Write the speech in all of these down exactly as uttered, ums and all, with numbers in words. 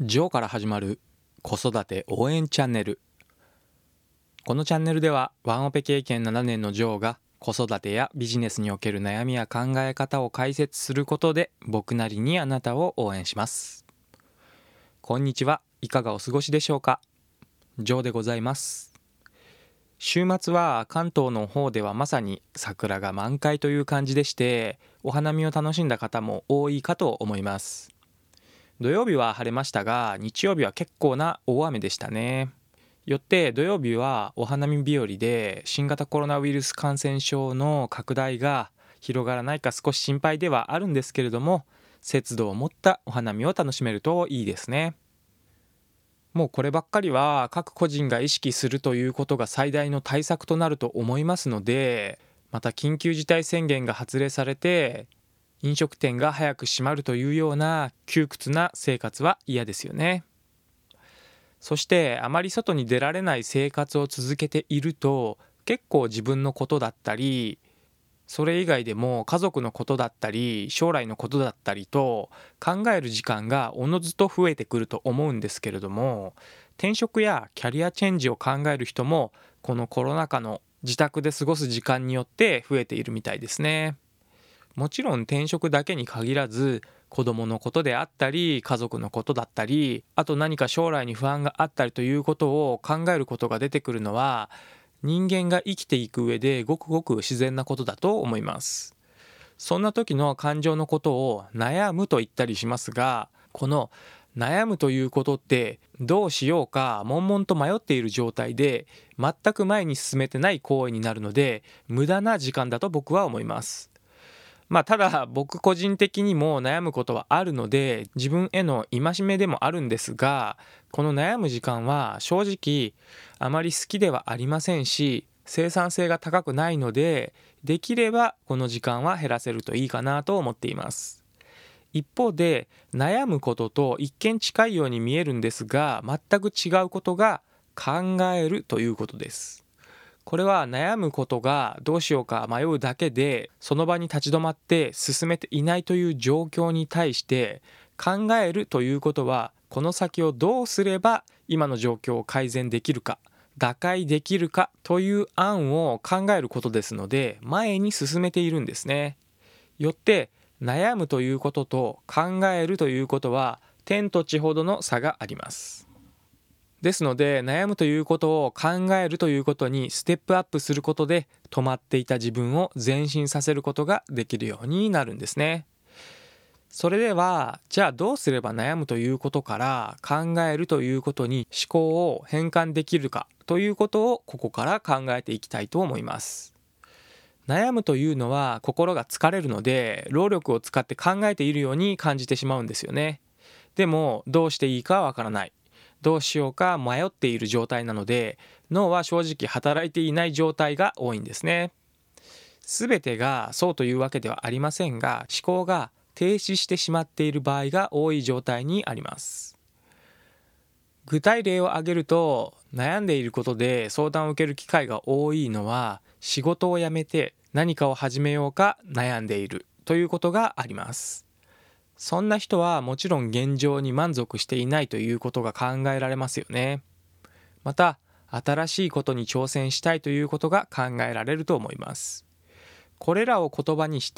ジョーから始まる子育て応援チャンネル。このチャンネルではワンオペ経験ななねんのジョーが子育てやビジネスにおける悩みや考え方を解説することで僕なりにあなたを応援します。こんにちは、いかがお過ごしでしょうか。ジョーでございます。週末は関東の方ではまさに桜が満開という感じでして、お花見を楽しんだ方も多いかと思います。土曜日は晴れましたが、日曜日は結構な大雨でしたね。よって土曜日はお花見日和で、新型コロナウイルス感染症の拡大が広がらないか少し心配ではあるんですけれども、節度を持ったお花見を楽しめるといいですね。もうこればっかりは各個人が意識するということが最大の対策となると思いますので、また緊急事態宣言が発令されて飲食店が早く閉まるというような窮屈な生活は嫌ですよね。そしてあまり外に出られない生活を続けていると、結構自分のことだったり、それ以外でも家族のことだったり将来のことだったりと考える時間がおのずと増えてくると思うんですけれども、転職やキャリアチェンジを考える人もこのコロナ禍の自宅で過ごす時間によって増えているみたいですね。もちろん転職だけに限らず、子供のことであったり家族のことだったり、あと何か将来に不安があったりということを考えることが出てくるのは、人間が生きていく上でごくごく自然なことだと思います。そんな時の感情のことを悩むと言ったりしますが、この悩むということってどうしようか悶々と迷っている状態で全く前に進めてない行為になるので、無駄な時間だと僕は思います。まあただ僕個人的にも悩むことはあるので、自分への戒めでもあるんですが、この悩む時間は正直あまり好きではありませんし、生産性が高くないので、できればこの時間は減らせるといいかなと思っています。一方で悩むことと一見近いように見えるんですが、全く違うことが考えるということです。これは悩むことがどうしようか迷うだけで、その場に立ち止まって進めていないという状況に対して、考えるということはこの先をどうすれば今の状況を改善できるか、打開できるかという案を考えることですので、前に進めているんですね。よって悩むということと考えるということは天と地ほどの差があります。ですので悩むということを考えるということにステップアップすることで、止まっていた自分を前進させることができるようになるんですね。それではじゃあどうすれば悩むということから考えるということに思考を変換できるかということをここから考えていきたいと思います。悩むというのは心が疲れるので、労力を使って考えているように感じてしまうんですよね。でもどうしていいかわからない、どうしようか迷っている状態なので、脳は正直働いていない状態が多いんですね。すべてがそうというわけではありませんが、思考が停止してしまっている場合が多い状態にあります。具体例を挙げると、悩んでいることで相談を受ける機会が多いのは、仕事を辞めて何かを始めようか悩んでいるということがあります。そんな人はもちろん現状に満足していないということが考えられますよね。また新しいことに挑戦したいということが考えられると思います。これらを言葉にして、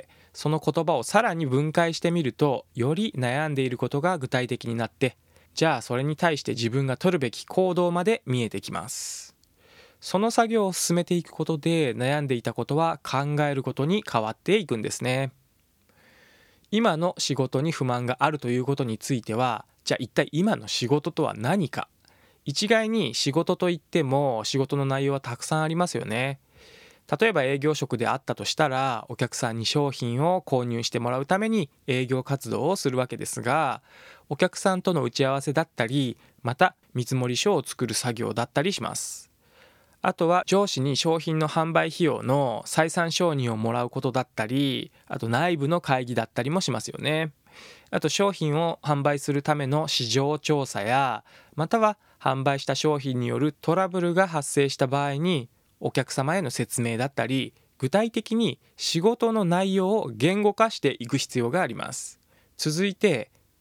その言葉をさらに分解してみると、より悩んでいることが具体的になって、じゃあそれに対して自分が取るべき行動まで見えてきます。その作業を進めていくことで、悩んでいたことは考えることに変わっていくんですね。今の仕事に不満があるということについては、じゃあ一体今の仕事とは何か。一概に仕事といっても仕事の内容はたくさんありますよね。例えば営業職であったとしたら、お客さんに商品を購入してもらうために営業活動をするわけですが、お客さんとの打ち合わせだったり、また見積書を作る作業だったりします。あとは上司に商品の販売費用の採算承認をもらうことだったり、あと内部の会議だったりもしますよね。あと商品を販売するための市場調査や、または販売した商品によるトラブルが発生した場合にお客様への説明だったり、具体的に仕事の内容を言語化していく必要があります。続いて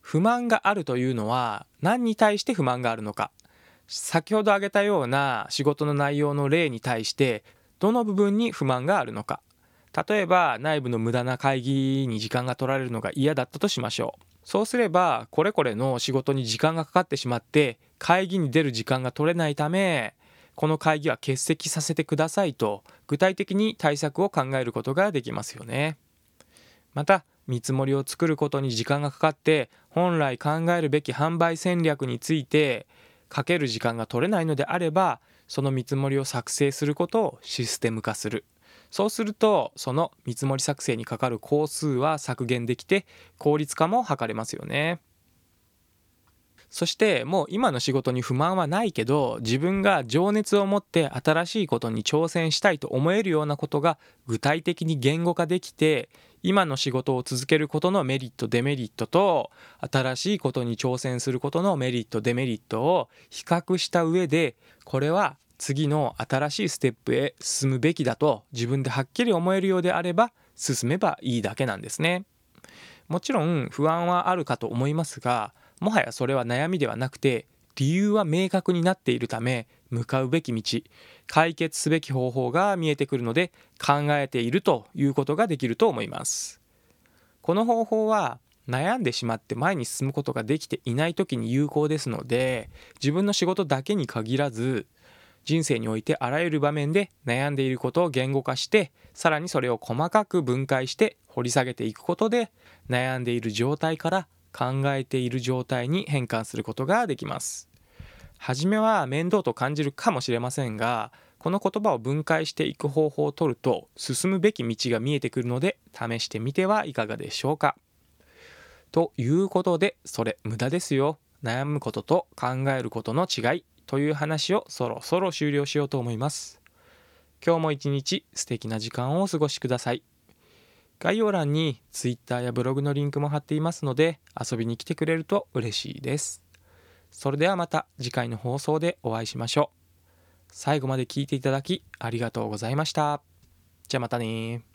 不満があるというのは何に対して不満があるのか、先ほど挙げたような仕事の内容の例に対してどの部分に不満があるのか。例えば内部の無駄な会議に時間が取られるのが嫌だったとしましょう。そうすればこれこれの仕事に時間がかかってしまって会議に出る時間が取れないため、この会議は欠席させてくださいと具体的に対策を考えることができますよね。また見積もりを作ることに時間がかかって本来考えるべき販売戦略についてかける時間が取れないのであれば、その見積もりを作成することをシステム化する。そうするとその見積もり作成にかかる工数は削減できて効率化も図れますよね。そしてもう今の仕事に不満はないけど、自分が情熱を持って新しいことに挑戦したいと思えるようなことが具体的に言語化できて、今の仕事を続けることのメリットデメリットと新しいことに挑戦することのメリットデメリットを比較した上で、これは次の新しいステップへ進むべきだと自分ではっきり思えるようであれば進めばいいだけなんですね。もちろん不安はあるかと思いますが、もはやそれは悩みではなくて理由は明確になっているため、向かうべき道、解決すべき方法が見えてくるので考えているということができると思います。この方法は悩んでしまって前に進むことができていない時に有効ですので、自分の仕事だけに限らず人生においてあらゆる場面で悩んでいることを言語化して、さらにそれを細かく分解して掘り下げていくことで、悩んでいる状態から考えている状態に変換することができます。はじめは面倒と感じるかもしれませんが、この言葉を分解していく方法を取ると進むべき道が見えてくるので、試してみてはいかがでしょうか。ということで、それ無駄ですよ、悩むことと考えることの違いという話をそろそろ終了しようと思います。今日も一日素敵な時間をお過ごしください。概要欄に Twitter やブログのリンクも貼っていますので、遊びに来てくれると嬉しいです。それではまた次回の放送でお会いしましょう。最後まで聞いていただきありがとうございました。じゃあまたね。